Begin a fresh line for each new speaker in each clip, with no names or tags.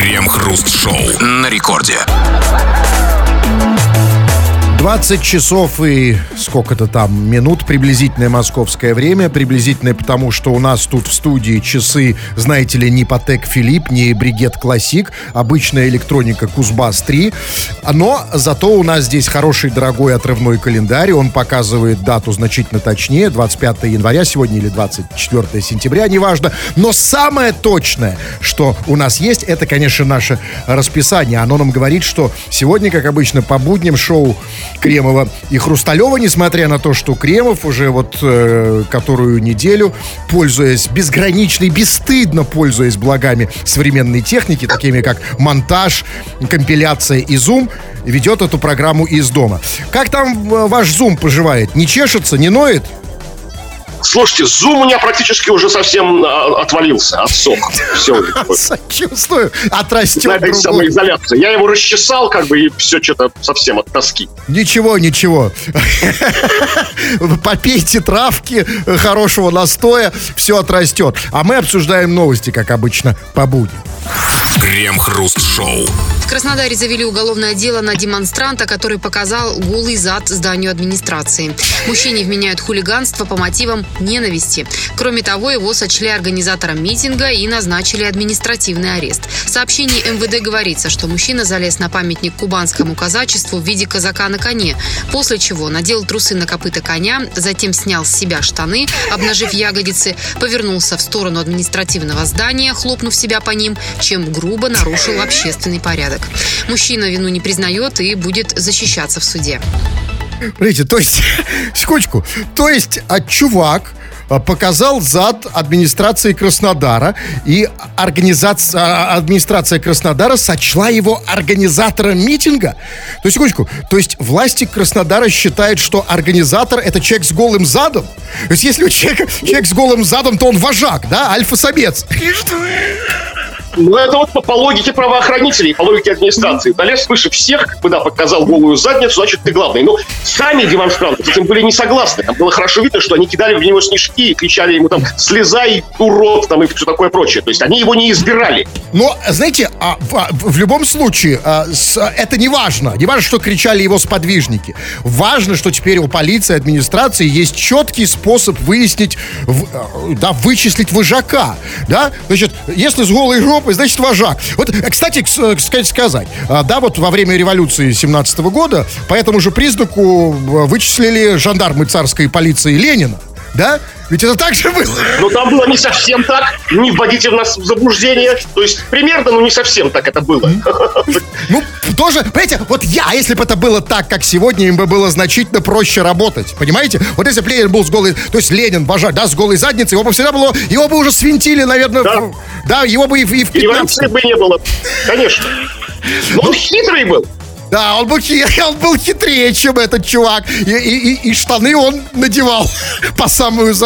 Крем-хруст-шоу на рекорде.
20 часов и сколько-то там минут, приблизительное московское время, приблизительное потому, что у нас тут в студии часы, знаете ли, не Patek Philippe, не Бригет Классик, обычная электроника Кузбасс-3, но зато у нас здесь хороший, дорогой отрывной календарь, он показывает дату значительно точнее, 25 января сегодня или 24 сентября, неважно, но самое точное, что у нас есть, это, конечно, наше расписание, оно нам говорит, что сегодня, как обычно, по будням шоу Кремова и Хрусталева, несмотря на то, что Кремов уже которую неделю, пользуясь безгранично и бесстыдно пользуясь благами современной техники, такими как монтаж, компиляция и зум, ведет эту программу из дома. Как там ваш зум поживает? Не чешется, не ноет?
Слушайте, зум у меня практически уже совсем отвалился, отсох. Все.
Сочувствую, отрастет
на этой самоизоляции. Я его расчесал, и все что-то совсем от тоски.
Ничего. Попейте травки, хорошего настоя, все отрастет. А мы обсуждаем новости, как обычно, по будням.
Крем-хруст-шоу.
В Краснодаре завели уголовное дело на демонстранта, который показал голый зад зданию администрации. Мужчине вменяют хулиганство по мотивам ненависти. Кроме того, его сочли организатором митинга и назначили административный арест. В сообщении МВД говорится, что мужчина залез на памятник кубанскому казачеству в виде казака на коне, после чего надел трусы на копыта коня, затем снял с себя штаны, обнажив ягодицы, повернулся в сторону административного здания, хлопнув себя по ним, чем грубо нарушил общественный порядок. Мужчина вину не признает и будет защищаться в суде.
Смотрите, секундочку, чувак показал зад администрации Краснодара, и администрация Краснодара сочла его организатором митинга. Секундочку, власти Краснодара считают, что организатор — это человек с голым задом? То есть если у человек с голым задом, то он вожак, да, альфа-самец.
Это по логике правоохранителей, по логике администрации. Залез выше всех, показал голую задницу, значит, ты главный. Но сами демонстранты с этим были не согласны. Там было хорошо видно, что они кидали в него снежки и кричали ему «слезай, урод», и все такое прочее. То есть они его не избирали.
Но, знаете, в любом случае, это не важно. Не важно, что кричали его сподвижники. Важно, что теперь у полиции, администрации есть четкий способ вычислить вожака. Да? Значит, если с голой жопой, значит, вожак. Кстати, сказать, во время революции 17 года по этому же признаку вычислили жандармы царской полиции Ленина. Да? Ведь это так же было.
Но там было не совсем так. Не вводите нас в заблуждение. То есть, примерно, не совсем так это было.
Тоже, понимаете, если бы это было так, как сегодня, им бы было значительно проще работать. Понимаете? Если бы Ленин был с голой... То есть Ленин, вожак, с голой задницей, его бы всегда было... Его бы уже свинтили, наверное... Да, его бы и в 15...
Революции бы не было. Конечно. Но он хитрый был.
Да, он был хитрее, чем этот чувак. И штаны он надевал по самую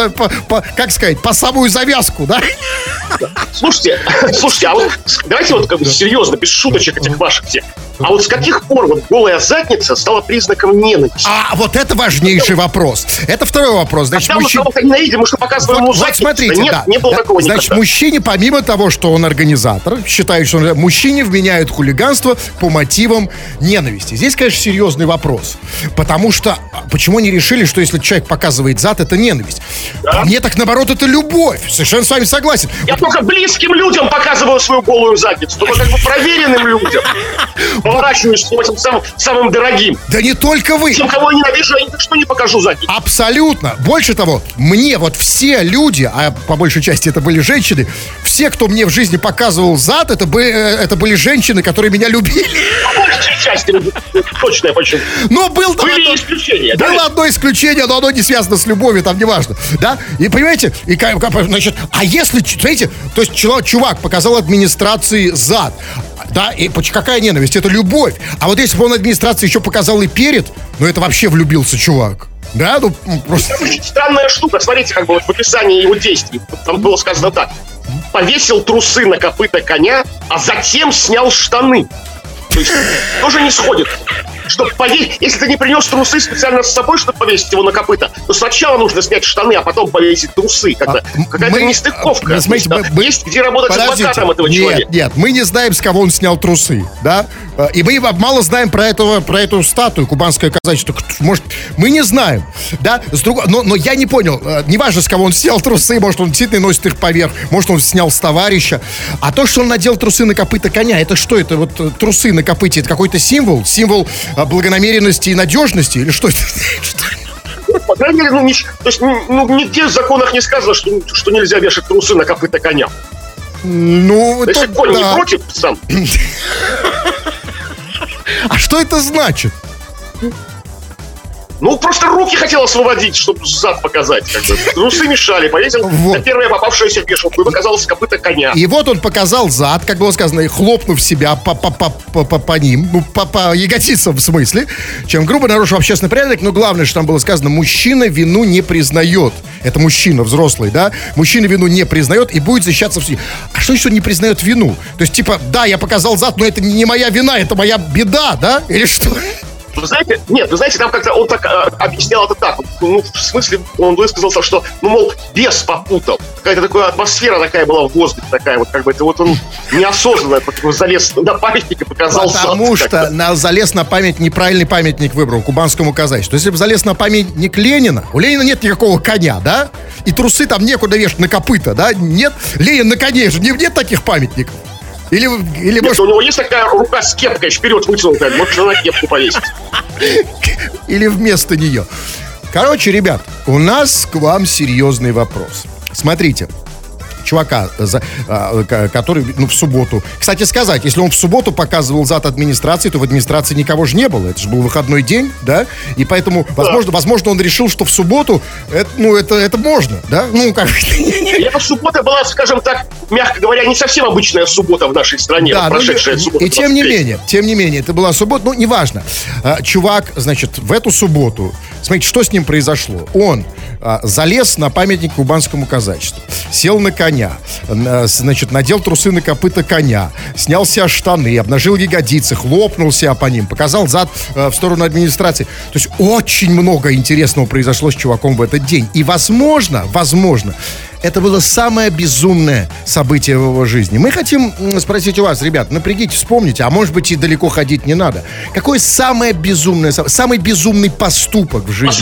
завязку, да?
Слушайте, давайте серьезно, без шуточек этих ваших всех. А с каких пор голая задница стала признаком ненависти?
Это важнейший вопрос. Это второй вопрос. Значит,
мы кого-то ненавидим, мы что показываем ему задницу?
Смотрите,
не было такого никогда.
Значит, мужчине, помимо того, что он организатор, считает, что мужчине вменяют хулиганство по мотивам ненависти. Здесь, конечно, серьезный вопрос. Потому что, почему они решили, что если человек показывает зад, это ненависть? Да. По мне, так наоборот, это любовь. Совершенно с вами согласен.
Я только близким людям показываю свою голую задницу. Только проверенным людям. Поворачиваюсь к этим самым дорогим.
Да не только вы.
Тем, кого я ненавижу, я ни за что не покажу задницу.
Абсолютно. Больше того, мне все люди, а по большей части это были женщины, все, кто мне в жизни показывал зад, это были женщины, которые меня любили.
По большей части, точно я почему.
Но было исключение. Было одно исключение, но оно не связано с любовью, там неважно. Да? И понимаете, значит, а если, смотрите, то есть чувак показал администрации зад, да, и какая ненависть? Это любовь. А если бы он администрации еще показал и перед, это вообще влюбился чувак. Да, просто...
Это очень странная штука. Смотрите, в описании его действий. Там было сказано так. Повесил трусы на копыта коня, а затем снял штаны. То есть тоже не сходит. чтобы повесить, если ты не принес трусы специально с собой, чтобы повесить его на копыта, то сначала нужно снять штаны, а потом повесить трусы. Какая-то нестыковка. Есть где работать адвокатом этого человека.
Нет, мы не знаем, с кого он снял трусы, да? И мы мало знаем про эту статую, кубанское казачество. Может, мы не знаем, да? Но я не понял, неважно, с кого он снял трусы, может, он действительно носит их поверх, может, он снял с товарища. А то, что он надел трусы на копыта коня, это что? Это вот трусы на копыте, это какой-то символ? Символ благонамеренности и надежности? Или что это?
По крайней мере, нигде в законах не сказано, что нельзя вешать трусы на копыта коня. Если конь не против сам.
А что это значит?
Просто руки хотел освободить, чтобы зад показать. Трусы мешали, повесил на первое попавшееся вешалку и показалось копыта коня.
И вот он показал зад, как было сказано, и хлопнув себя по ним, по ягодицам в смысле, чем грубо нарушил общественный порядок. Но главное, что там было сказано, мужчина вину не признает. Это мужчина взрослый, да? Мужчина вину не признает и будет защищаться в суде. А что еще не признает вину? То есть, да, я показал зад, но это не моя вина, это моя беда, да? Или что?
Вы знаете, там как-то он так объяснял это так. В смысле, он высказался, что, мол, бес попутал. Какая-то такая атмосфера такая была в воздухе, такая вот, это вот он неосознанно залез на памятник и показал зад.
Потому что залез на неправильный памятник выбрал кубанскому казачеству. Если бы залез на памятник Ленина, у Ленина нет никакого коня, да? И трусы там некуда вешать на копыта, да? Нет, Ленин на коне же, нет таких памятников. Или может...
У него есть такая рука с кепкой вперед вытянутая, можно на кепку повесить.
Или вместо нее. Короче, ребят, у нас к вам серьезный вопрос. Смотрите, чувака, который, в субботу... Кстати сказать, если он в субботу показывал зад администрации, то в администрации никого же не было. Это же был выходной день, да? И поэтому, возможно, он решил, что в субботу это можно, да?
Эта суббота была, скажем так, мягко говоря, не совсем обычная суббота в нашей стране.
Да,
прошедшая суббота.
И тем не менее, это была суббота, неважно. Чувак, значит, в эту субботу, смотрите, что с ним произошло. Он залез на памятник кубанскому казачеству, сел на коня, значит, надел трусы на копыта коня, снял с себя штаны, обнажил ягодицы, хлопнул себя по ним, показал зад в сторону администрации. То есть очень много интересного произошло с чуваком в этот день. И возможно, это было самое безумное событие в его жизни. Мы хотим спросить у вас, ребят, напрягите, вспомните, а может быть и далеко ходить не надо. Какое самое безумное, самый безумный поступок в жизни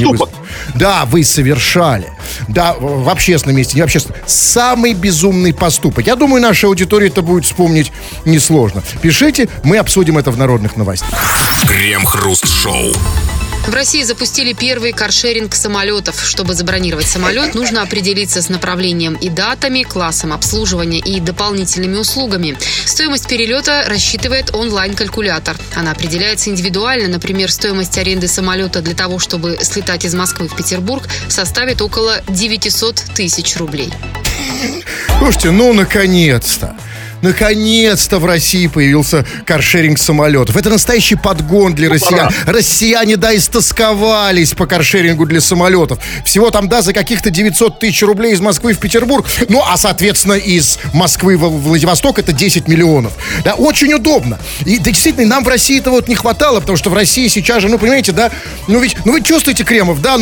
вы совершали? Да, в общественном месте, не в общественном. Самый безумный поступок. Я думаю, наша аудитория это будет вспомнить несложно. Пишите, мы обсудим это в народных новостях.
Крем-хруст-шоу.
В России запустили первый каршеринг самолетов. Чтобы забронировать самолет, нужно определиться с направлением и датами, классом обслуживания и дополнительными услугами. Стоимость перелета рассчитывает онлайн-калькулятор. Она определяется индивидуально. Например, стоимость аренды самолета для того, чтобы слетать из Москвы в Петербург, составит около 900 тысяч рублей.
Слушайте, наконец-то! Наконец-то в России появился каршеринг самолетов. Это настоящий подгон для россиян. Россияне, истосковались по каршерингу для самолетов. Всего там, за каких-то 900 тысяч рублей из Москвы в Петербург. А, соответственно, из Москвы в Владивосток это 10 миллионов. Да, очень удобно. И действительно, нам в России этого не хватало, потому что в России сейчас же, понимаете, да, вы чувствуете, Кремов, да,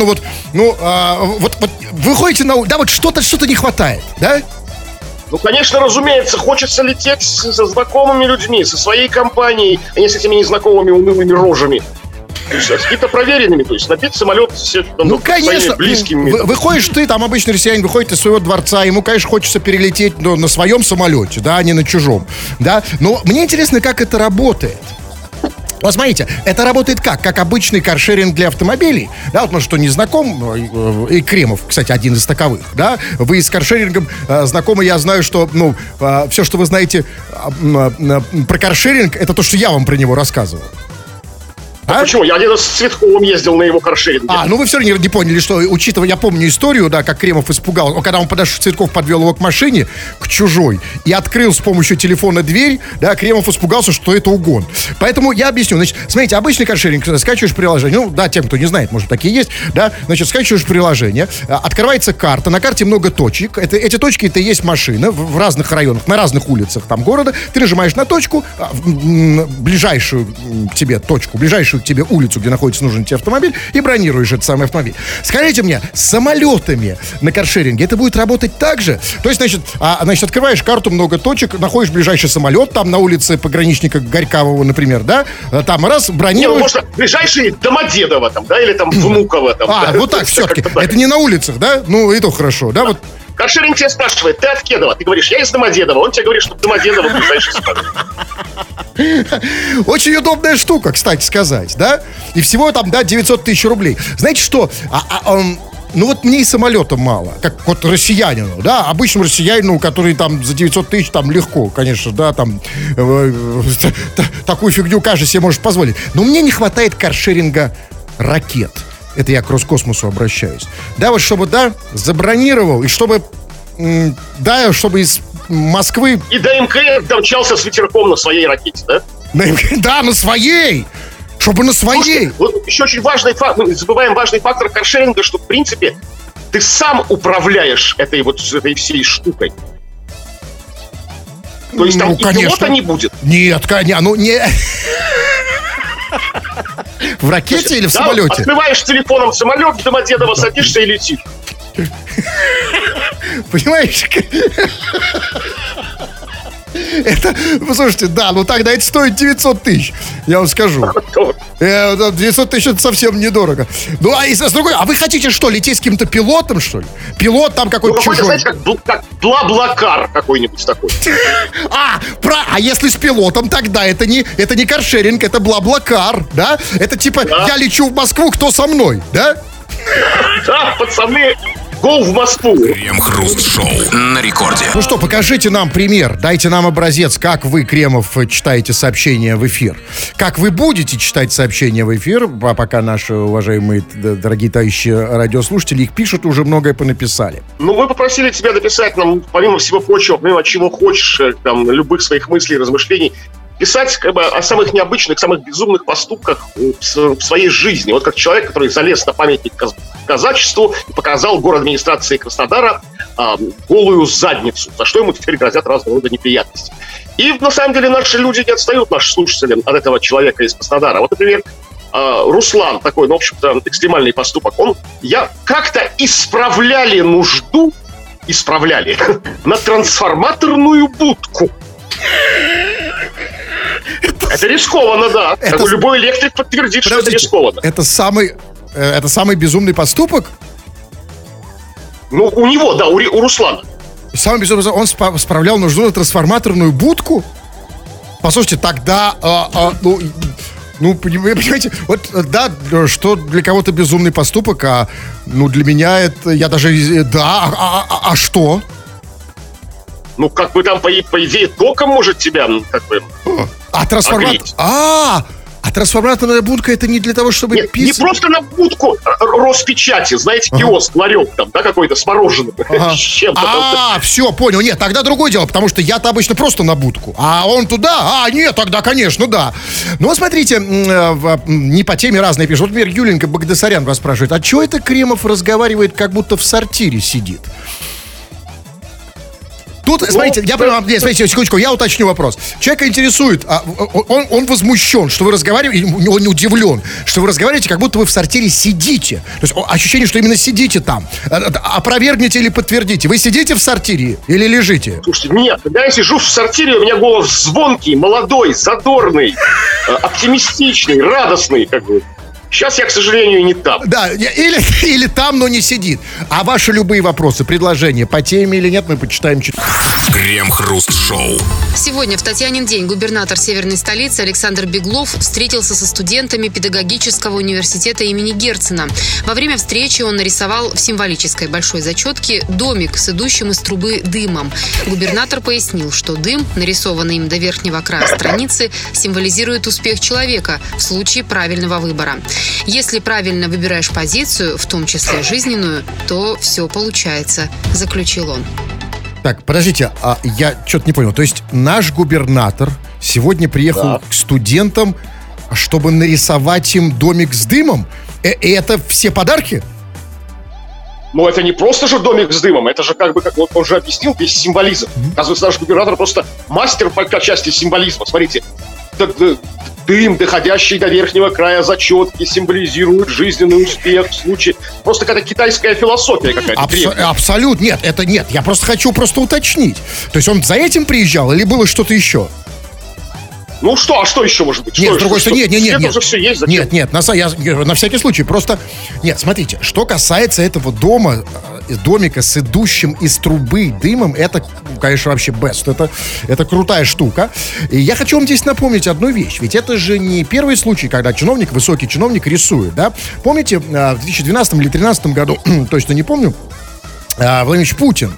вы ходите что-то не хватает, да?
Конечно, разумеется, хочется лететь со знакомыми людьми, со своей компанией, а не с этими незнакомыми унылыми рожами. То есть, с какими-то проверенными, то есть набить самолет с
конечно,
близкими.
Выходишь ты, обычный россиянин выходит из своего дворца, ему, конечно, хочется перелететь на своем самолете, да, а не на чужом, да. Но мне интересно, как это работает. Вот смотрите, это работает как обычный каршеринг для автомобилей. Да, может, кто не знаком, и Кремов, кстати, один из таковых, да. Вы с каршерингом знакомы, я знаю, что, все, что вы знаете про каршеринг, это то, что я вам про него рассказывал.
Почему? Я один раз с Цветковым ездил на его каршеринге.
Вы все равно не поняли, что, учитывая, я помню историю, да, как Кремов испугался. Когда он подошел, Цветков подвел его к машине, к чужой, и открыл с помощью телефона дверь, да, Кремов испугался, что это угон. Поэтому я объясню. Значит, смотрите, обычный каршеринг, скачиваешь приложение, тем, кто не знает, может, такие есть, да, значит, скачиваешь приложение, открывается карта, на карте много точек, эти точки, это и есть машина в разных районах, на разных улицах там города, ты нажимаешь на точку, ближайшую к тебе точку, ближайшую ближайшую к тебе улицу, где находится нужный тебе автомобиль, и бронируешь этот самый автомобиль. Скажите мне, с самолетами на каршеринге это будет работать так же? То есть, значит, открываешь карту, много точек, находишь ближайший самолет, там на улице пограничника Горькавого, например, да? Там раз, бронируешь...
Можно ближайший Домодедово там, да, или там Внуково там. Да?
Вот так все-таки. Это не на улицах, да? Ну, и то хорошо, да? Вот.
Каршеринг тебя спрашивает, ты от Кедова? Ты говоришь, я из Домодедова. Он тебе говорит, что Домодедово ближайший самолет.
Очень удобная штука, кстати сказать, да? И всего там, да, 900 тысяч рублей. Знаете что? Ну вот мне и самолета мало, как вот россиянину, да, обычному россиянину, который там за 900 тысяч, там легко, конечно, да, там такую фигню каждый себе может позволить. Но мне не хватает каршеринга ракет. Это я к Роскосмосу обращаюсь. Да, вот чтобы, да, забронировал, и чтобы, да, чтобы из Москвы...
И до МКС домчался с ветерком на своей ракете, да?
Да, на своей! Чтобы на своей!
Слушайте, вот еще очень важный фактор, мы забываем важный фактор каршеринга, что, в принципе, ты сам управляешь этой всей штукой. То есть там и пилота не будет.
Нет, конечно, ну не... В ракете или в самолете?
Открываешь телефоном самолет, в Домодедово садишься и летишь.
Понимаешь? Это, послушайте, да, ну тогда это стоит 900 тысяч, я вам скажу. 900 тысяч это совсем недорого. Ну, с другой, а вы хотите что, лететь с каким-то пилотом, что ли? Пилот там какой-то чужой.
Знаете, как Блаблакар какой-нибудь такой.
А если с пилотом, тогда это не каршеринг, это Блаблакар, да? Это типа, я лечу в Москву, кто со мной, да?
Да, пацаны, go в Москву.
Крем-хруст-шоу на рекорде.
Ну что, покажите нам пример, дайте нам образец, как вы, Кремов, читаете сообщения в эфир. Как вы будете читать сообщения в эфир, пока наши уважаемые, дорогие товарищи радиослушатели их пишут, уже многое понаписали.
Ну, мы попросили тебя написать нам, помимо всего прочего, помимо чего хочешь, там, любых своих мыслей, размышлений, писать как бы о самых необычных, самых безумных поступках в своей жизни. Вот как человек, который залез на памятник казачеству и показал город администрации Краснодара голую задницу, за что ему теперь грозят разного рода неприятности. И на самом деле наши люди не отстают, наши слушатели, от этого человека из Краснодара. Вот, например, Руслан, такой, ну, в общем-то, экстремальный поступок. Как-то исправляли нужду на трансформаторную будку. Это рискованно, да. Любой электрик подтвердит, что это рискованно.
Это самый безумный поступок?
Ну, у него, да, у Руслана.
Самый безумный, он справлял нужду на трансформаторную будку? Послушайте, тогда, понимаете, вот, да, что для кого-то безумный поступок, для меня это, я даже, да, что?
Ну, как бы там, по идее, током может тебя, как бы,
трансформаторная будка это не для того, чтобы
Нет, не просто на будку Роспечати, знаете, киоск, ларек там, да, какой-то с мороженым.
Все, понял. Нет, тогда другое дело, потому что я-то обычно просто на будку. А он туда? Нет, тогда, конечно, да. Ну, смотрите, не по теме разные пишут. Вот, например, Юленька Багдасарян вас спрашивает, а чего это Кремов разговаривает, как будто в сортире сидит? Тут, смотрите, смотрите, секундочку, я уточню вопрос. Человека интересует, он возмущен, что вы разговариваете, он не удивлен, что вы разговариваете, как будто вы в сортире сидите. То есть ощущение, что именно сидите там. Опровергните или подтвердите. Вы сидите в сортире или лежите?
Слушайте, нет, когда я сижу в сортире, у меня голос звонкий, молодой, задорный, оптимистичный, радостный, как бы. Сейчас я, к сожалению, не там.
Да, или там, но не сидит. А ваши любые вопросы, предложения по теме или нет, мы почитаем.
Крем-хруст-шоу.
Сегодня в Татьянин день губернатор северной столицы Александр Беглов встретился со студентами педагогического университета имени Герцена. Во время встречи он нарисовал в символической большой зачетке домик с идущим из трубы дымом. Губернатор пояснил, что дым, нарисованный им до верхнего края страницы, символизирует успех человека в случае правильного выбора. Если правильно выбираешь позицию, в том числе жизненную, то все получается, заключил он.
Так, подождите, я что-то не понял. То есть наш губернатор сегодня приехал к студентам, чтобы нарисовать им домик с дымом? И это все подарки?
Ну, это не просто же домик с дымом, это же как бы, как он же объяснил, весь символизм. Оказывается, наш губернатор просто мастер по части символизма. Смотрите, дым, доходящий до верхнего края зачетки, символизирует жизненный успех в случае... Просто какая-то китайская философия какая-то.
Абсолютно. Нет, это нет. Я просто хочу уточнить. То есть он за этим приезжал или было что-то еще?
Ну что, а что еще может быть?
Нет, с другой стороны, нет.
Уже все есть, зачем?
Нет, на всякий случай, просто... Нет, смотрите, что касается этого домика с идущим из трубы дымом, это, конечно, вообще best. Это крутая штука. И я хочу вам здесь напомнить одну вещь. Ведь это же не первый случай, когда высокий чиновник рисует, да? Помните, в 2012 или 2013 году, точно не помню, Владимир Путин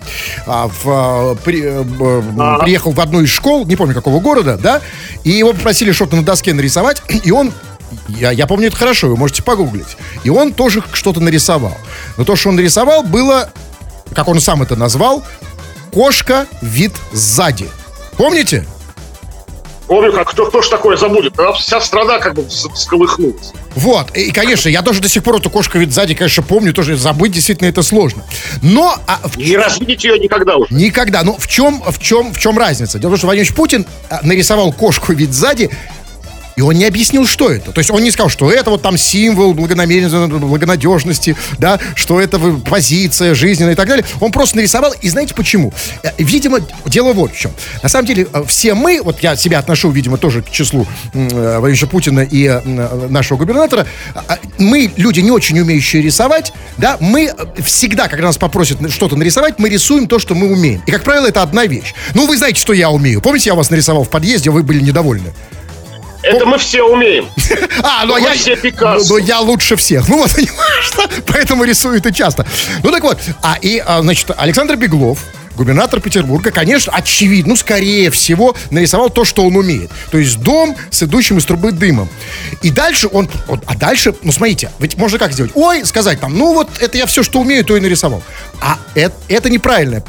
приехал в одну из школ, не помню какого города, да, и его попросили что-то на доске нарисовать, и он, я помню это хорошо, вы можете погуглить, и он тоже что-то нарисовал. Но то, что он нарисовал, было, как он сам это назвал, кошка вид сзади. Помните?
Помню, как кто ж такое забудет? Вся страна как бы всколыхнулась.
Вот, и, конечно, я тоже до сих пор эту кошку вид сзади, конечно, помню, тоже забыть действительно это сложно. Но...
Не развидеть ее никогда уже.
Никогда. Но в чем разница? Дело в том, что Владимир Путин нарисовал кошку вид сзади, и он не объяснил, что это. То есть он не сказал, что это вот там символ благонадежности, да, что это позиция жизненная и так далее. Он просто нарисовал, и знаете почему? Видимо, дело вот в чем. На самом деле, все мы, вот я себя отношу, видимо, тоже к числу Владимира Путина и нашего губернатора, мы, люди, не очень умеющие рисовать, да, мы всегда, когда нас попросят что-то нарисовать, мы рисуем то, что мы умеем. И, как правило, это одна вещь. Ну, вы знаете, что я умею. Помните, я вас нарисовал в подъезде, вы были недовольны?
Это мы все умеем.
Мы все Пикассо. Но я лучше всех. Ну вот, понимаешь, поэтому рисуют и часто. Ну так вот, значит, Александр Беглов, губернатор Петербурга, конечно, очевидно, скорее всего, нарисовал то, что он умеет. То есть дом с идущим из трубы дымом. И дальше ну смотрите, ведь можно как сделать? Сказать там, ну вот это я все, что умею, то и нарисовал. А это неправильная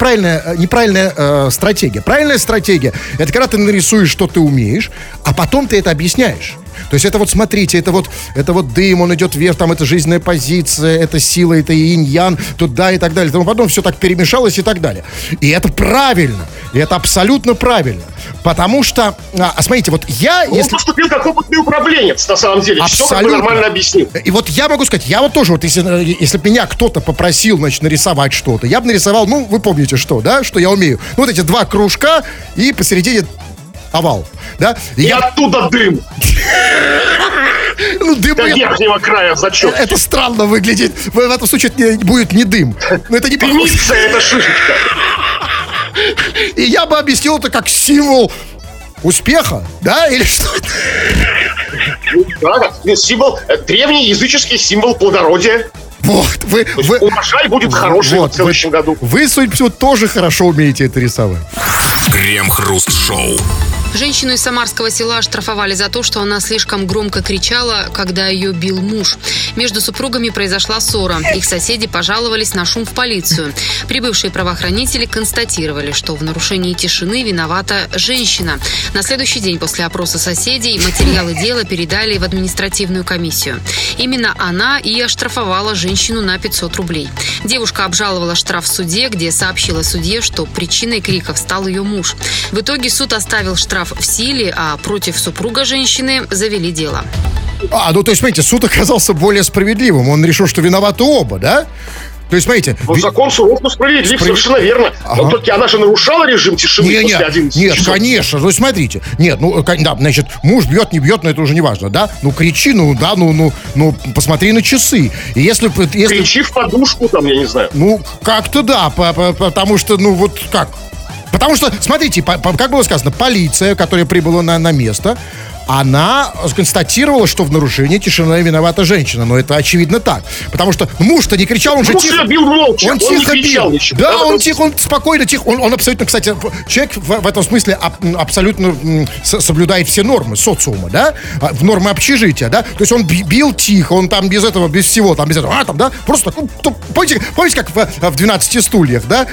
стратегия. Правильная стратегия — это когда ты нарисуешь, что ты умеешь, а потом ты это объясняешь. То есть это вот, смотрите, это вот дым, он идет вверх, там это жизненная позиция, это сила, это инь-ян, туда и так далее. Тому потом все так перемешалось и так далее. И это правильно. И это абсолютно правильно. Потому что, смотрите, вот
Он поступил как опытный управленец, на самом деле.
Абсолютно.
Все как бы нормально объяснил.
И вот я могу сказать, я вот тоже, вот если бы меня кто-то попросил, значит, нарисовать что-то, я бы нарисовал, ну, вы помните что, да, что я умею. Ну, вот эти два кружка и посередине овал, да?
И оттуда дым.
Ну, дым...
До верхнего края зачет.
Это странно выглядит. В этом случае это будет не дым. Но это не похоже.
Это шишечка.
И я бы объяснил это как символ успеха, да? Или что это?
Да, символ, древний языческий символ плодородия.
Вот,
урожай будет хороший в следующем году.
Вы, судя по всему, тоже хорошо умеете это рисовать.
Крем-хруст-шоу.
Женщину из Самарского села оштрафовали за то, что она слишком громко кричала, когда ее бил муж. Между супругами произошла ссора. Их соседи пожаловались на шум в полицию. Прибывшие правоохранители констатировали, что в нарушении тишины виновата женщина. На следующий день после опроса соседей материалы дела передали в административную комиссию. Именно она и оштрафовала женщину на 500 рублей. Девушка обжаловала штраф в суде, где сообщила судье, что причиной криков стал ее муж. В итоге суд оставил штраф в силе, а против супруга женщины завели дело.
Ну то есть, смотрите, суд оказался более справедливым. Он решил, что виноваты оба, да? То есть, смотрите...
Закон суров, но справедлив, совершенно верно.
Ага.
Но только она же нарушала режим тишины после 11
Нет,
часов.
конечно. Ну, смотрите. Нет, да, значит, муж бьет, не бьет, но это уже не важно, да? Ну, кричи, посмотри на часы. И если...
Кричи в подушку, там, я не знаю.
Ну, как-то да, потому что, как... Потому что, смотрите, как было сказано, полиция, которая прибыла на место, она констатировала, что в нарушении тишины виновата женщина. Но это очевидно так. Потому что муж-то не кричал, он же тихо...
Муж бил молча,
он тихо
не кричал
бил.
ничего.
Да, он тихо, он спокойно, тихо. Он абсолютно, кстати, человек в этом смысле абсолютно соблюдает все нормы социума, да? Нормы общежития, да? То есть он бил тихо, он там без этого, без всего, там без этого, да? Просто так, помните, как в 12 стульях, да?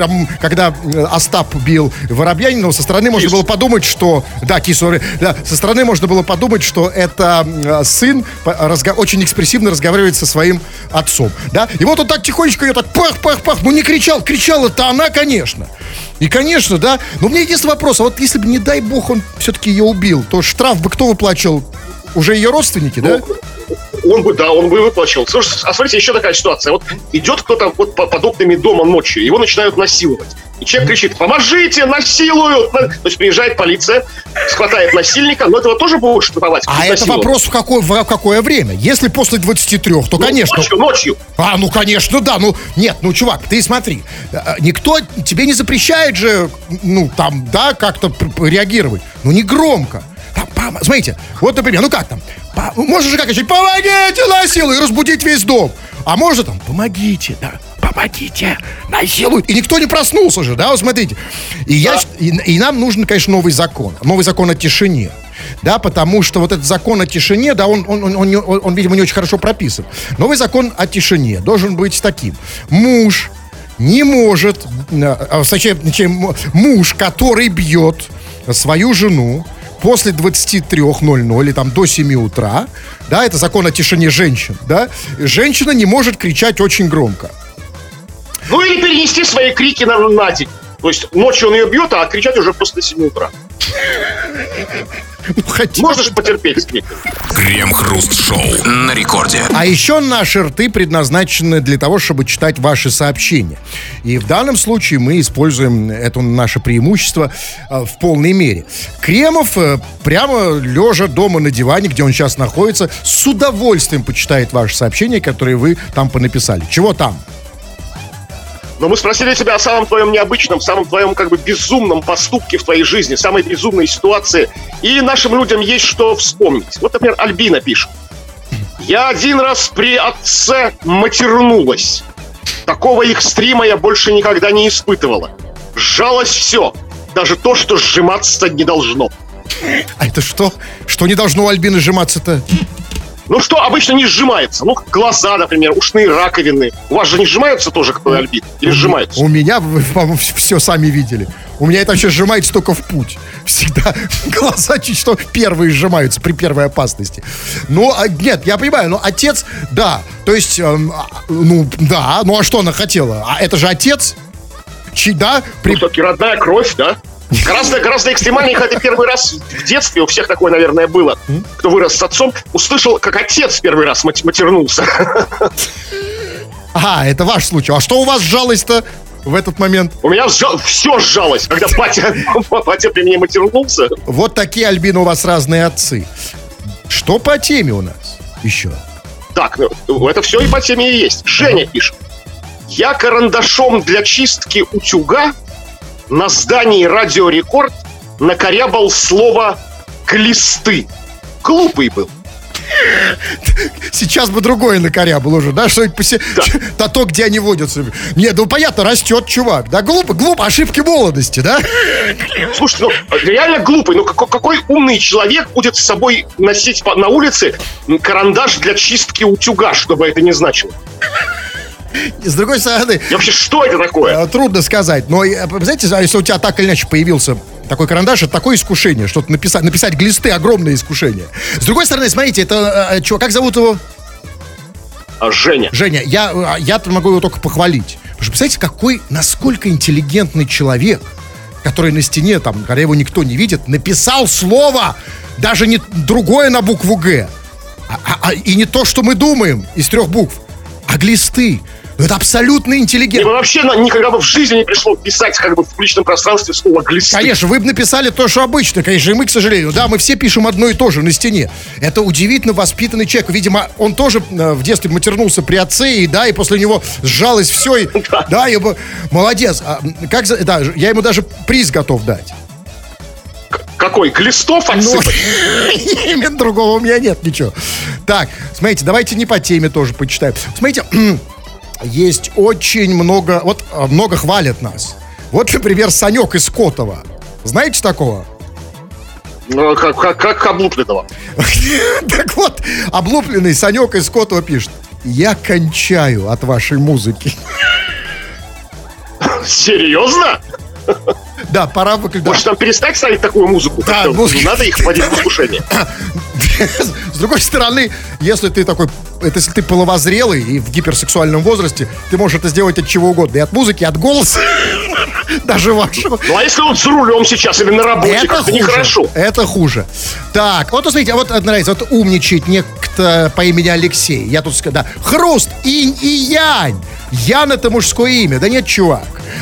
Когда Остап бил Воробьянинова, со стороны можно было подумать, что... Да, кису, да, со стороны стороны можно было подумать, что это сын очень экспрессивно разговаривает со своим отцом, да? И вот он так тихонечко ее так пах. Ну не кричал, кричала-то она, конечно. И, конечно, да. Но у меня есть вопрос, а вот если бы, не дай бог, он все-таки ее убил, то штраф бы кто выплачивал? Уже ее родственники, да?
Он бы выплачивал. Слушайте, а смотрите, еще такая ситуация. Вот идет кто-то вот под окнами дома ночью, его начинают насиловать. И человек кричит: «Помогите, насилуют!» То есть приезжает полиция, схватает насильника, но этого тоже будут штрафовать.
А это вопрос в какое время? Если после 23, то, конечно...
Ночью.
Ну, конечно, да. Чувак, ты смотри. Никто тебе не запрещает же, как-то реагировать. Не громко. Смотрите, вот, например, как там? Можно же как кричать: «Помогите, насилуют!» и разбудить весь дом. А можно там: «Помогите, да, помогите, насилуют!» И никто не проснулся же, да, вот смотрите. И нам нужен, конечно, новый закон. Новый закон о тишине. Да, потому что вот этот закон о тишине, да, он, видимо, не очень хорошо прописан. Новый закон о тишине должен быть таким. Муж не может, муж, который бьет свою жену после 23:00 или там до 7 утра, да, это закон о тишине женщин, да, женщина не может кричать очень громко.
Или перенести свои крики на день. То есть ночью он ее бьет, а кричать уже после 7 утра. Можно же потерпеть с криком.
Крем-хруст-шоу на рекорде.
А еще наши рты предназначены для того, чтобы читать ваши сообщения. И в данном случае мы используем это наше преимущество в полной мере. Кремов, прямо лежа дома на диване, где он сейчас находится, с удовольствием почитает ваши сообщения, которые вы там понаписали. Чего там?
Но мы спросили тебя о самом твоем необычном, самом твоем безумном поступке в твоей жизни, самой безумной ситуации. И нашим людям есть что вспомнить. Вот, например, Альбина пишет: «Я один раз при отце матернулась. Такого экстрима я больше никогда не испытывала. Сжалось все, даже то, что сжиматься не должно».
А это что? Что не должно у Альбины сжиматься-то?
Что обычно не сжимается? Глаза, например, ушные раковины. У вас же не сжимаются тоже, как у Альбины? Или сжимаются?
У меня, вы, по-моему, все сами видели. У меня это вообще сжимается только в путь. Всегда глаза чуть что первые сжимаются при первой опасности. Нет, я понимаю, но отец, да. То есть, да, а что она хотела? А это же отец? Да?
Все-таки родная кровь, да? Гораздо экстремальнее, хотя первый раз в детстве, у всех такое, наверное, было, кто вырос с отцом, услышал, как отец первый раз матернулся.
Ага, это ваш случай. А что у вас сжалось-то в этот момент?
У меня все сжалось, когда батя при мне матернулся.
Вот такие, Альбина, у вас разные отцы. Что по теме у нас еще?
Так, это все и по теме и есть. Женя пишет: «Я карандашом для чистки утюга на здании «Радио Рекорд» накорябал слово «глисты». Глупый был».
Сейчас бы другое накорябал уже, да? Что-нибудь то, где они водятся. Нет, понятно, растет чувак, да? Глупо, ошибки молодости, да?
Слушайте, реально глупый. Какой умный человек будет с собой носить на улице карандаш для чистки утюга, чтобы это не значило?
С другой стороны...
И вообще, что это такое?
Трудно сказать. Но, знаете, если у тебя так или иначе появился такой карандаш, это такое искушение, что-то написать глисты — огромное искушение. С другой стороны, смотрите, это... как зовут его?
Женя.
Женя, я могу его только похвалить. Потому что, представляете, насколько интеллигентный человек, который на стене, когда его никто не видит, написал слово, даже не другое на букву «Г», и не то, что мы думаем, из 3 букв, а глисты. Это абсолютно интеллигентно.
Мне вообще никогда бы в жизни не пришло писать в личном пространстве слово «глисты».
Конечно, вы бы написали то, что обычно. Конечно, и мы, к сожалению. Да, мы все пишем одно и то же на стене. Это удивительно воспитанный человек. Видимо, он тоже в детстве матернулся при отце, и после него сжалось все. И, да, молодец. Я ему даже приз готов дать.
Какой? Глистов отсыпать?
Именно другого у меня нет ничего. Так, смотрите, давайте не по теме тоже почитаем. Смотрите, есть очень много... много хвалят нас. Вот, например, Санек из Котова. Знаете такого?
Как облупленного.
Так вот, облупленный Санек из Котова пишет: «Я кончаю от вашей музыки».
Серьезно?
Да, пора выключить.
Может, нам перестать ставить такую музыку?
Да,
надо их вводить в искушение.
С другой стороны, если ты половозрелый и в гиперсексуальном возрасте, ты можешь это сделать от чего угодно. И от музыки, и от голоса. Даже вашего.
Ну, а если он за рулем сейчас или на работе, как-то нехорошо.
Это хуже. Так, вот, смотрите, вот нравится, вот умничает некто по имени Алексей. Я тут сказал, да, Хруст, Инь и Янь. Ян — это мужское имя. Да нет, чувак.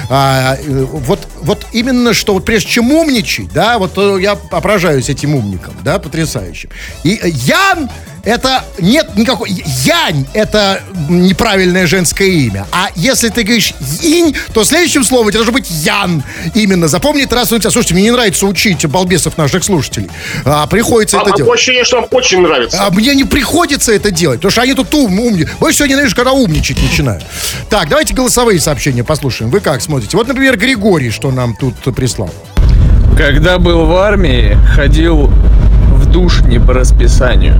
Вот именно что, вот прежде чем умничать, да, вот я поражаюсь этим умником, да, потрясающим. И Ян — это нет никакой... Янь — это неправильное женское имя. А если ты говоришь Инь, то следующим словом это должно быть Ян. Именно. Запомни это раз. Слушайте, мне не нравится учить балбесов наших слушателей. Приходится это делать.
Ощущение, что вам очень нравится.
Мне не приходится это делать, потому что они тут умничают. Больше всего ненавижу, когда умничать начинают. Так, давайте голосовые сообщения послушаем. Вы как смотрите? Вот, например, Григорий, что нам тут прислал.
Когда был в армии, ходил в душ не по расписанию.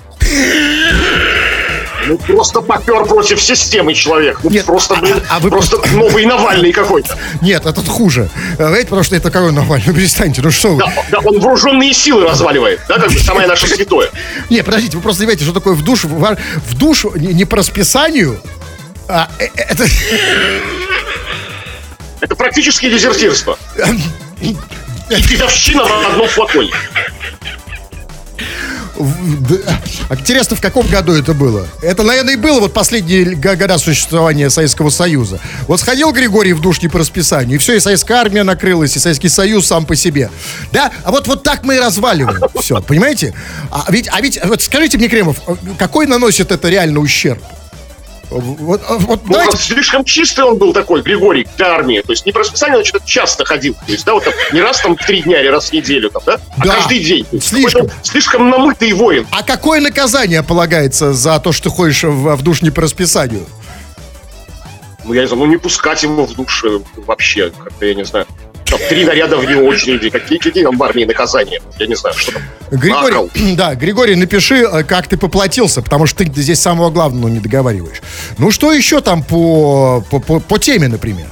Ну, просто попер против системы человек. Ну,
нет,
просто,
вы
просто новый Навальный какой-то.
Нет, этот хуже. Знаете, потому что это какой Навальный? Ну, перестаньте, ну что вы.
Да, он вооруженные силы разваливает, да, как бы самое наше святое.
Не, подождите, вы просто не понимаете, что такое в душ не по расписанию. Это...
Это практически дезертирство. И дедовщина в одном флаконе.
Интересно, в каком году это было? Это, наверное, и было вот последние года существования Советского Союза. Вот сходил Григорий в душ не по расписанию, и все, и Советская армия накрылась, и Советский Союз сам по себе. Да? А вот так мы и разваливаем. Все, понимаете? А ведь, вот скажите мне, Кремов, какой наносит это реально ущерб?
Ну, слишком чистый он был такой, Григорий, для армии. То есть не по расписанию, он что-то часто ходил. То есть, да, вот там, не раз там 3 дня или раз в неделю, там, да? А да, каждый день. Слишком намытый воин.
А какое наказание полагается за то, что ты ходишь в душ не по расписанию?
Ну, я не знаю, не пускать его в душ вообще, как-то, я не знаю. 3 наряда вне очереди. Какие там в армии наказания? Я не знаю, что там.
Григорий, напиши, как ты поплатился, потому что ты здесь самого главного не договариваешь. Ну, что еще там по теме, например?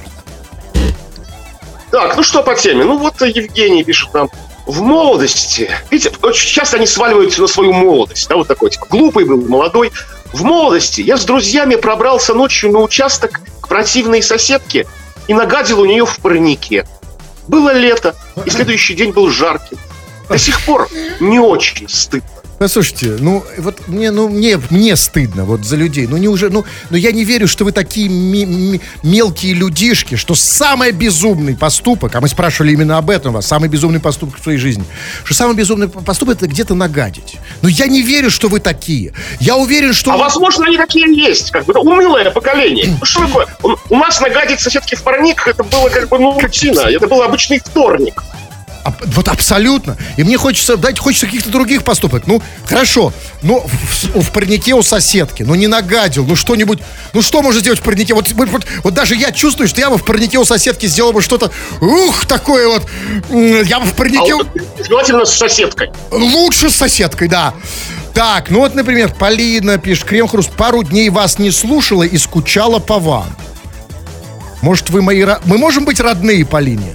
Так, ну что по теме? Ну, вот Евгений пишет нам. В молодости, видите, очень часто они сваливаются на свою молодость, да, вот такой, типа, глупый был, молодой. В молодости я с друзьями пробрался ночью на участок к противной соседке и нагадил у нее в парнике. Было лето, и следующий день был жарким. До сих пор не очень стыдно.
Ну, слушайте, вот мне стыдно вот за людей. Я не верю, что вы такие мелкие людишки, что самый безумный поступок, а мы спрашивали именно об этом вас, самый безумный поступок в своей жизни, что самый безумный поступок — это где-то нагадить. Но я не верю, что вы такие. Я уверен, что...
А возможно, они такие есть, как бы, унылое поколение. Ну, что такое? У нас нагадить соседки в парник, это было как бы, рутина, это был обычный вторник.
Вот абсолютно. И мне хочется каких-то других поступок. Ну, хорошо. Ну, в парнике у соседки. Ну, не нагадил. Ну, что-нибудь. Ну, что можно сделать в парнике? Вот даже я чувствую, что я бы в парнике у соседки сделал бы что-то. Такое вот. Я бы в парнике.
Желательно с соседкой.
Лучше с соседкой, да. Так, ну вот, например, Полина пишет: Крем-Хруст, пару дней вас не слушала и скучала по вам. Может, мы можем быть родные, Полине?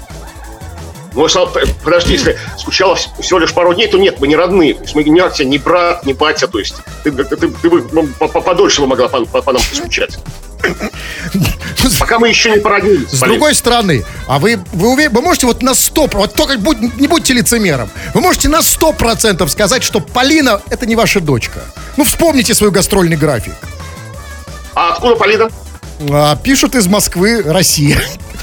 Ну, подожди, если скучала всего лишь пару дней, то нет, мы не родные. То есть мы не брат, не батя. То есть ты подольше бы могла по нам скучать. Пока мы еще не породнились.
С другой стороны, а вы можете вот на 100%, вот только не будьте лицемером, вы можете на 100% сказать, что Полина — это не ваша дочка. Ну, вспомните свой гастрольный график.
А откуда Полина?
Пишут из Москвы, Россия.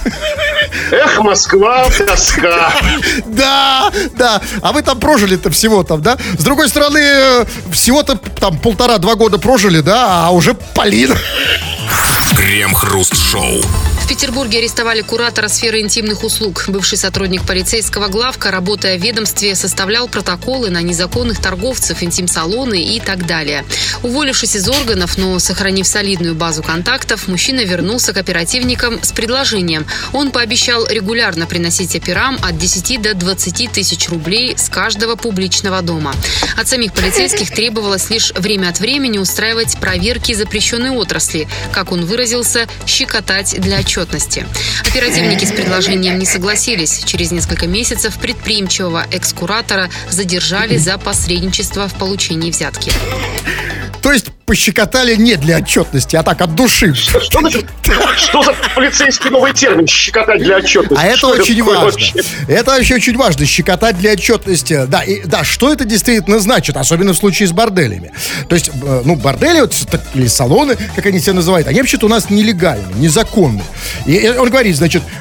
Эх, Москва, тоска.
Да. А вы там прожили-то всего там, да? С другой стороны, всего-то там 1,5-2 года прожили, да? А уже Полина.
Крем-хруст-шоу.
В Петербурге арестовали куратора сферы интимных услуг. Бывший сотрудник полицейского главка, работая в ведомстве, составлял протоколы на незаконных торговцев, интим-салоны и так далее. Уволившись из органов, но сохранив солидную базу контактов, мужчина вернулся к оперативникам с предложением. Он пообещал регулярно приносить операм от 10 до 20 тысяч рублей с каждого публичного дома. От самих полицейских требовалось лишь время от времени устраивать проверки запрещенной отрасли, как он выразился, щекотать для отчета. отчетности. Оперативники с предложением не согласились. Через несколько месяцев предприимчивого экс-куратора задержали за посредничество в получении взятки.
То есть пощекотали не для отчетности, а так от души.
Что значит? Что за полицейский новый термин «щекотать для отчетности»?
А это
Что
очень
такое
важно.
вообще?
Это вообще очень важно, щекотать для отчетности. Да, что это действительно значит, особенно в случае с борделями. То есть, бордели, или салоны, как они себя называют, они вообще-то у нас нелегальны, незаконны. И он говорит,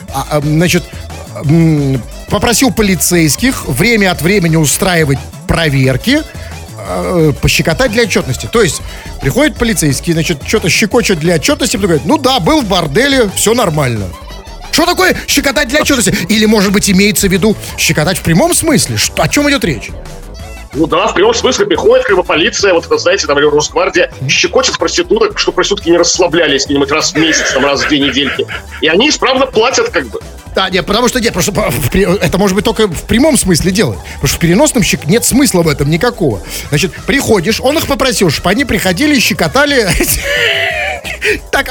попросил полицейских время от времени устраивать проверки, пощекотать для отчетности. То есть приходит полицейский, что-то щекочет для отчетности, потом говорит, был в борделе, все нормально. Что такое щекотать для отчетности? Или, может быть, имеется в виду щекотать в прямом смысле? О чем идет речь?
В прямом смысле приходит полиция, или Росгвардия, щекочет проституток, чтобы проститутки не расслаблялись где-нибудь раз в месяц, раз в 2 недельки. И они исправно платят
Да, потому что это может быть только в прямом смысле делать. Потому что в переносном нет смысла в этом никакого. Значит, приходишь, он их попросил, чтобы они приходили и щекотали. Так,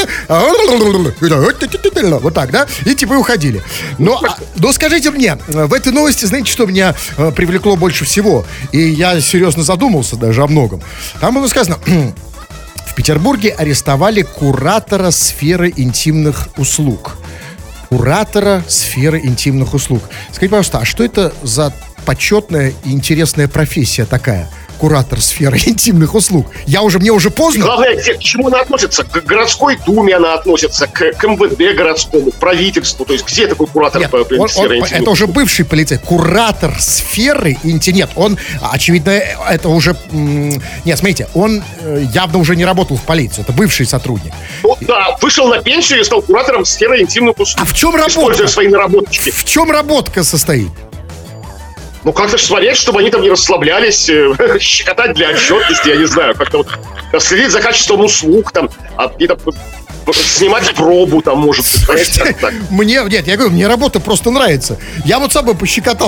вот так, да? И и уходили. Но скажите мне, в этой новости, знаете, что меня привлекло больше всего? И я серьезно задумался даже о многом. Там было сказано: в Петербурге арестовали куратора сферы интимных услуг. Куратора сферы интимных услуг. Скажите, пожалуйста, а что это за почетная и интересная профессия такая? Куратор сферы интимных услуг. Мне уже поздно.
Главное, к чему она относится? К городской думе она относится, к МВД городскому, к правительству. То есть где такой куратор сферы интимных услуг?
Это уже бывший полицей. Куратор сферы интимных. Нет, он, очевидно, это уже... Нет, смотрите, он явно уже не работал в полиции. Это бывший сотрудник.
Вышел на пенсию и стал куратором сферы интимных услуг.
А в чем работа?
Используя свои наработки.
В чем работка состоит?
Как-то смотреть, чтобы они не расслаблялись, щекотать для отчетности, я не знаю, как-то следить за качеством услуг, где-то снимать пробу, может быть.
Я говорю, мне работа просто нравится. Я собой пощекотал.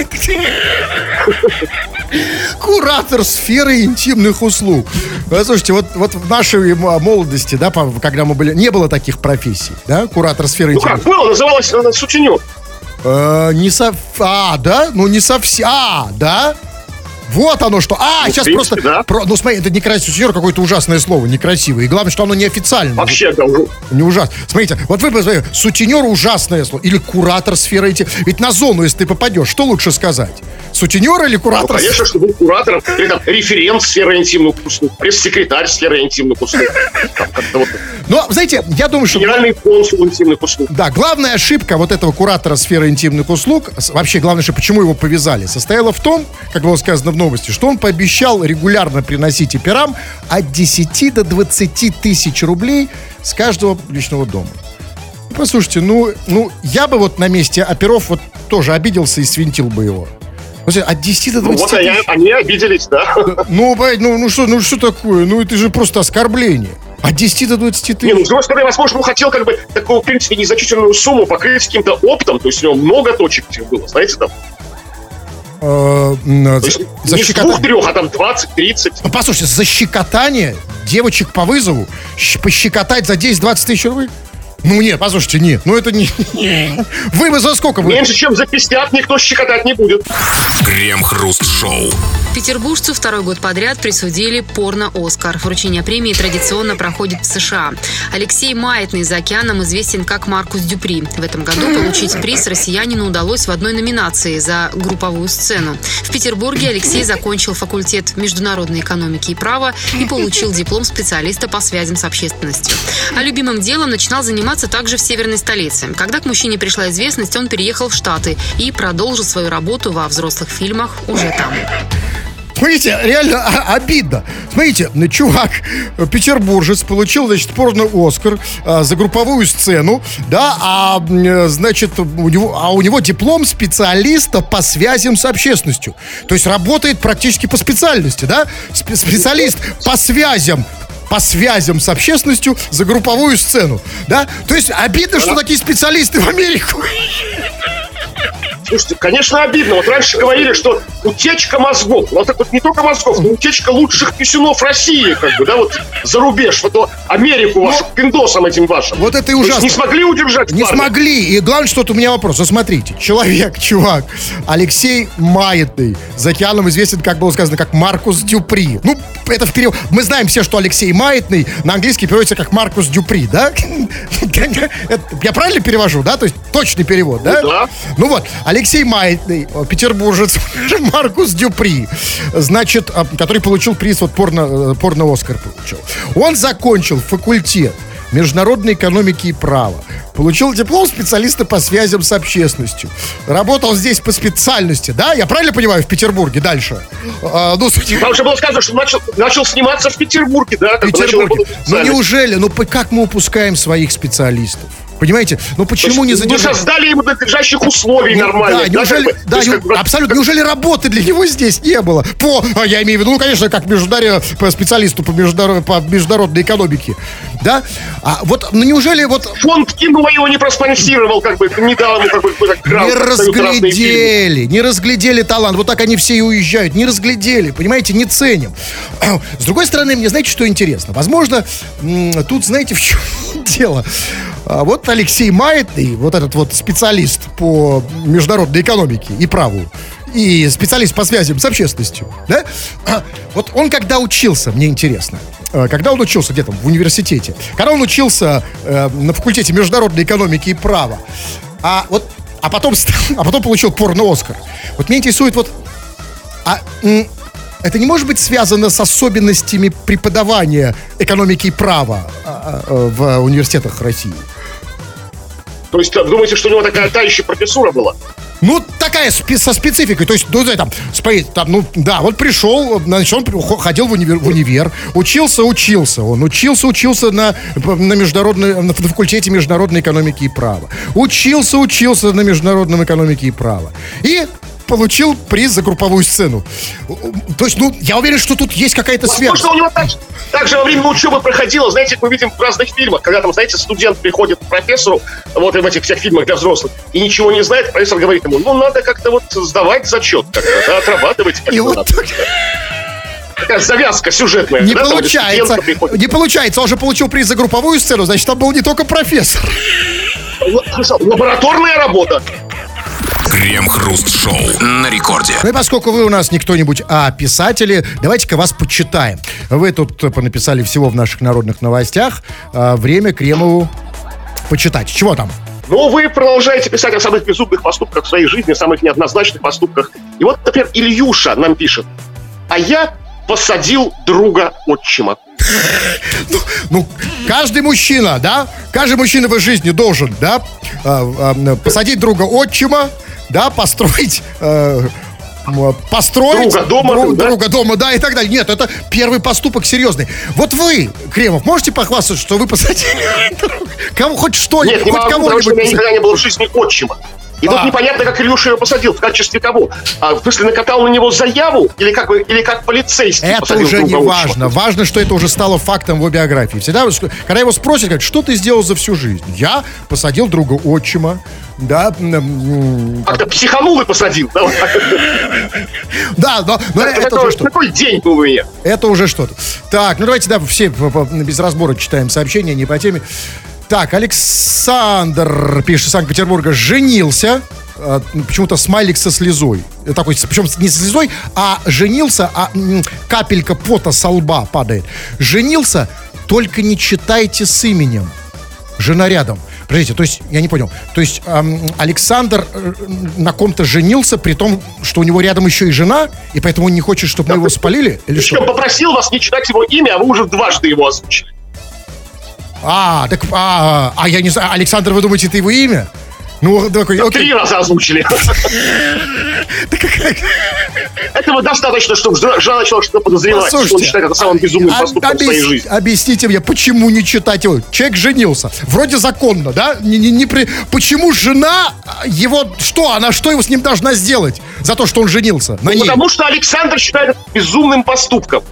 Куратор сферы интимных услуг. Слушайте, вот в нашей молодости, да, когда мы были, не было таких профессий, да, куратор сферы интимных услуг.
Было, называлось сутенер.
Не совсем. Да? Вот оно что. Сейчас
принципе,
просто...
Да.
Смотри, это не красивый, какое-то ужасное слово, некрасивое. И главное, что оно неофициальное.
Вообще, да,
не ужасно. Смотрите, вы посмотрите, сутенер ужасное слово. Или куратор сферы интимных. Ведь на зону, если ты попадешь, что лучше сказать? Сутенер или куратор?
Конечно, что был куратором. Или референт сферы интимных услуг, пресс-секретарь сферы интимных услуг.
Но, знаете, я думаю, что...
Генеральный консул интимных услуг.
Да, главная ошибка этого куратора сферы интимных услуг, вообще главное, что почему его повязали, состояла в том, как было сказано в новости, что он пообещал регулярно приносить операм от 10 до 20 тысяч рублей с каждого личного дома. Послушайте, я бы на месте оперов тоже обиделся и свинтил бы его. От 10 до 20 тысяч.
Они обиделись, да.
Что такое? Это же просто оскорбление. От 10 до 20 тысяч.
С другой стороны, возможно, он хотел такую, в принципе, незначительную сумму покрыть каким-то оптом. То есть у него много точек было, знаете, там. Не с 2-3, а 20-30.
Послушайте, за щекотание девочек по вызову пощекотать за 10-20 тысяч рублей? Нет, послушайте, нет. Это не... Вы бы за сколько?
Меньше, чем за 50 никто щекотать не будет.
Крем-хруст-шоу.
Петербуржцу второй год подряд присудили порно-Оскар. Вручение премии традиционно проходит в США. Алексей Маятный за океаном известен как Маркус Дюпри. В этом году получить приз россиянину удалось в одной номинации за групповую сцену. В Петербурге Алексей закончил факультет международной экономики и права и получил диплом специалиста по связям с общественностью. А любимым делом начинал заниматься также в северной столице. Когда к мужчине пришла известность, он переехал в Штаты и продолжил свою работу во взрослых фильмах уже там.
Смотрите, реально обидно. Смотрите, чувак, петербуржец, получил, порно-Оскар за групповую сцену, да, у него диплом специалиста по связям с общественностью. То есть работает практически по специальности, да? Специалист по связям с общественностью за групповую сцену, да? То есть обидно, что такие специалисты в Америку.
Слушайте, конечно, обидно. Вот раньше говорили, что утечка мозгов. Вот так вот не только мозгов, но утечка лучших писюнов России, как бы, да, вот за рубеж, вот Америку вашу, к пиндосам этим вашим.
Вот это и ужасно.
Не смогли удержать?
Не смогли. И главное, что вот у меня вопрос. Смотрите, чувак, Алексей Маятный, за океаном известен, как было сказано, как Маркус Дюпри. Ну, это в перевод. Мы знаем все, что Алексей Маятный на английский переводится как Маркус Дюпри, да? Я правильно перевожу, да? То есть точный перевод, да?
Да.
Ну вот, Алексей Маятный, петербуржец Маркус Дюпри, значит, который получил приз, вот порно-Оскар получил. Он закончил факультет международной экономики и права. Получил диплом специалиста по связям с общественностью. Работал здесь по специальности, да? Я правильно понимаю, в Петербурге дальше?
Там уже было сказано, что начал сниматься в Петербурге, да?
Ну неужели? Ну как мы упускаем своих специалистов? Понимаете? Ну почему не задержать?
Ну создали ему надлежащих условий нормальных.
Абсолютно. Неужели работы для него здесь не было? Я имею в виду, ну, конечно, как по специалисту по международной экономике. Да? Вот, ну неужели вот...
Фонд кино его не проспонсировал, как бы, не дал ему какой-то грант.
Не разглядели талант. Вот так они все и уезжают. Не разглядели, понимаете, не ценим. С другой стороны, мне знаете, что интересно? Возможно, тут, знаете, в чем дело? Вот Алексей Маятный, вот этот вот специалист по международной экономике и праву, и специалист по связям с общественностью, да? Вот он когда учился, мне интересно, когда он учился где-то в университете, когда он учился на факультете международной экономики и права, а потом получил порно-Оскар. Вот меня интересует это не может быть связано с особенностями преподавания экономики и права в университетах России?
То есть, думаете, что у него такая тающая профессура была?
Ну, такая со спецификой. То есть, вот пришел, значит, он ходил в универ, учился на факультете международной экономики и права. Учился на международном экономике и права. И получил приз за групповую сцену. То есть, я уверен, что тут есть какая-то связь.
Возможно, у него так же во время учебы проходило, знаете, как мы видим в разных фильмах, когда там, знаете, студент приходит к профессору, вот в этих всех фильмах для взрослых, и ничего не знает, профессор говорит ему, надо как-то вот сдавать зачет, как-то, да, отрабатывать.
И вот так...
Такая завязка сюжетная.
Не получается, он же получил приз за групповую сцену, значит, там был не только профессор.
Лабораторная работа.
Крем-хруст-шоу на рекорде.
Ну и поскольку вы у нас не кто-нибудь, а писатели, давайте-ка вас почитаем. Вы тут написали всего в наших народных новостях. Время Кремову почитать. Чего там?
Ну, вы продолжаете писать о самых безумных поступках в своей жизни, о самых неоднозначных поступках. И вот, например, Ильюша нам пишет. А я посадил друга отчима.
Ну, каждый мужчина, да? Каждый мужчина в жизни должен, да? Посадить друга отчима, да? Построить друга дома, да, и так далее. Нет, это первый поступок серьезный. Вот вы, Кремов, можете похвастаться, что вы посадили кого хоть что-нибудь?
Нет, не могу, потому что у меня никогда не было в жизни отчима. И вот непонятно, как Илюша его посадил, в качестве кого? В смысле, накатал на него заяву или как полицейский?
Это уже не важно. Важно, что это уже стало фактом в его биографии. Всегда, когда его спросят, говорят, что ты сделал за всю жизнь? Я посадил друга отчима. Да.
Как-то психанул и посадил.
Да, но это уже что-то.
Какой день был у меня?
Это уже что-то. Так, давайте, все без разбора читаем сообщения, не по теме. Так, Александр пишет из Санкт-Петербурга, женился, почему-то смайлик со слезой. Такой, причем не со слезой, а женился, капелька пота со лба падает. Женился, только не читайте с именем. Жена рядом. Подождите, то есть, я не понял. То есть, Александр на ком-то женился, при том, что у него рядом еще и жена, и поэтому он не хочет, чтобы мы его спалили? Или что?
Он попросил вас не читать его имя, а вы уже дважды его озвучили.
Я не знаю, Александр, вы думаете, это его имя? Ну, такой, окей.
3 раза озвучили. Этого достаточно, чтобы жена начала что-то подозревать, что он считает это самым безумным поступком в своей жизни.
Объясните мне, почему не читать его? Человек женился. Вроде законно, да? Почему жена его... Она что его с ним должна сделать? За то, что он женился на ней?
Потому что Александр считает это безумным поступком.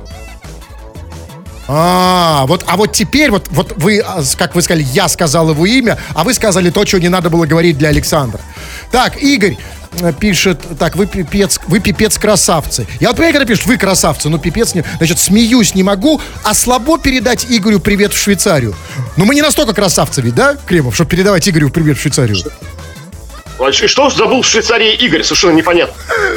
Вот теперь, вот вы, как вы сказали, я сказал его имя, а вы сказали то, чего не надо было говорить для Александра. Так, Игорь, пишет, так, вы пипец красавцы. Я вот понимаю, когда пишет, вы красавцы, но пипец не... Значит, смеюсь не могу, а слабо передать Игорю привет в Швейцарию. Но мы не настолько красавцы ведь, да, Кремов, чтобы передавать Игорю привет в Швейцарию?
А что забыл в Швейцарии Игорь? Совершенно непонятно.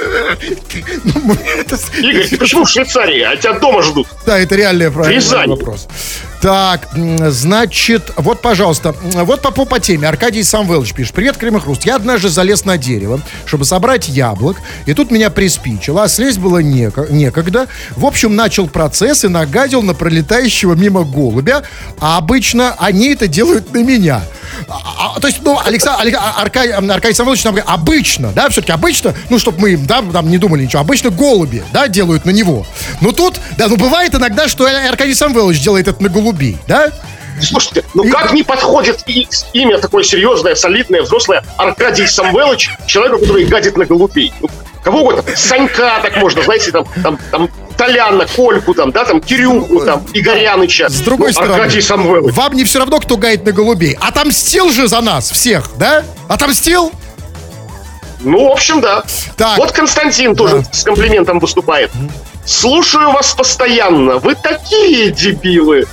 Игорь, ты почему в Швейцарии? А тебя дома ждут.
Да, это реальный вопрос. Так, значит, вот, пожалуйста, вот по теме. Аркадий Самвелович пишет. Привет, Крем и Хруст. Я однажды залез на дерево, чтобы собрать яблок, и тут меня приспичило, а слезть было некогда. В общем, начал процесс и нагадил на пролетающего мимо голубя, а обычно они это делают на меня. То есть, ну, Аркадий Самвелович нам говорит, обычно, да, все-таки обычно, ну, чтобы мы, да, там не думали ничего, обычно голуби, да, делают на него. Но тут, да, ну, бывает иногда, что Аркадий Самвелович делает это на голубей, да?
Слушайте, ну как не подходит имя такое серьезное, солидное, взрослое Аркадий Самвелович человеку, который гадит на голубей? Ну, кого угодно. Санька так можно, знаете, там Толяна, Кольку, там, да, там, Кирюху, там, Игоряныча.
С другой стороны,
Аркадий Самвелович.
Вам не все равно, кто гадит на голубей. Отомстил же за нас всех, да? Отомстил?
Ну, в общем, да.
Так.
Вот Константин тоже с комплиментом выступает. Слушаю вас постоянно. Вы такие дебилы.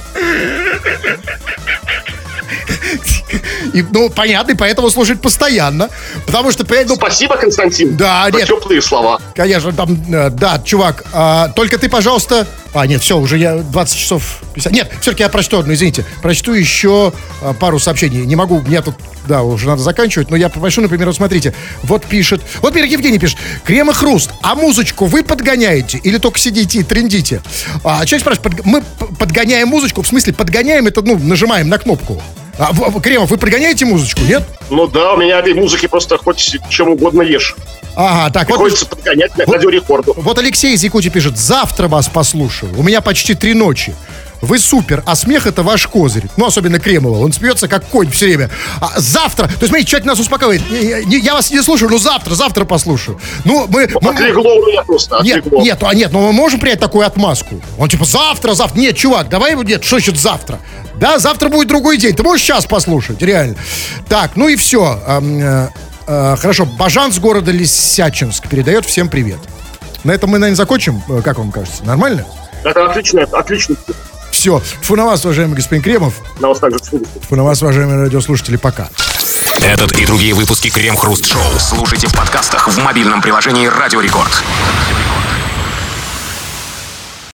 И, ну, понятно, и поэтому слушать постоянно. Потому что... Ну,
спасибо, Константин,
да,
за теплые слова.
Конечно, там, да, чувак, только ты, пожалуйста... нет, все, уже я 20 часов... Нет, все-таки я прочту одну, извините. Прочту еще пару сообщений. Не могу, мне тут, да, уже надо заканчивать, но я попрошу, например, вот смотрите. Вот пишет... Вот, например, Евгений пишет. Крем и Хруст, а музычку вы подгоняете или только сидите и трендите? Человек спрашивает, мы подгоняем музычку, в смысле подгоняем, это, ну, нажимаем на кнопку. Кремов, вы подгоняете музычку, нет?
Ну да, у меня этой музыки просто хоть чем угодно ешь.
Ага, так.
Приходится подгонять на радиорекорду.
Вот Алексей из Якутии пишет. Завтра вас послушаю. У меня почти 3 ночи. Вы супер, а смех это ваш козырь. Ну, особенно Кремова. Он смеется как конь все время. Завтра, то есть, смотрите, человек нас успокаивает. Я вас не слушаю, но завтра послушаю. Ну,
отлегло у меня просто, отлегло.
Нет, но мы можем принять такую отмазку. Он типа, завтра. Нет, чувак, давай, нет, что значит завтра? Да, завтра будет другой день. Ты можешь сейчас послушать, реально. Так, ну и все. Хорошо, Бажан с города Лисячинск передает всем привет. На этом мы, наверное, закончим. Как вам кажется? Нормально?
Это отлично.
Все. Фу на вас, уважаемый господин Кремов.
На вас также.
Фу на вас, уважаемые радиослушатели. Пока.
Этот и другие выпуски Крем Хруст Шоу слушайте в подкастах в мобильном приложении Радио Рекорд.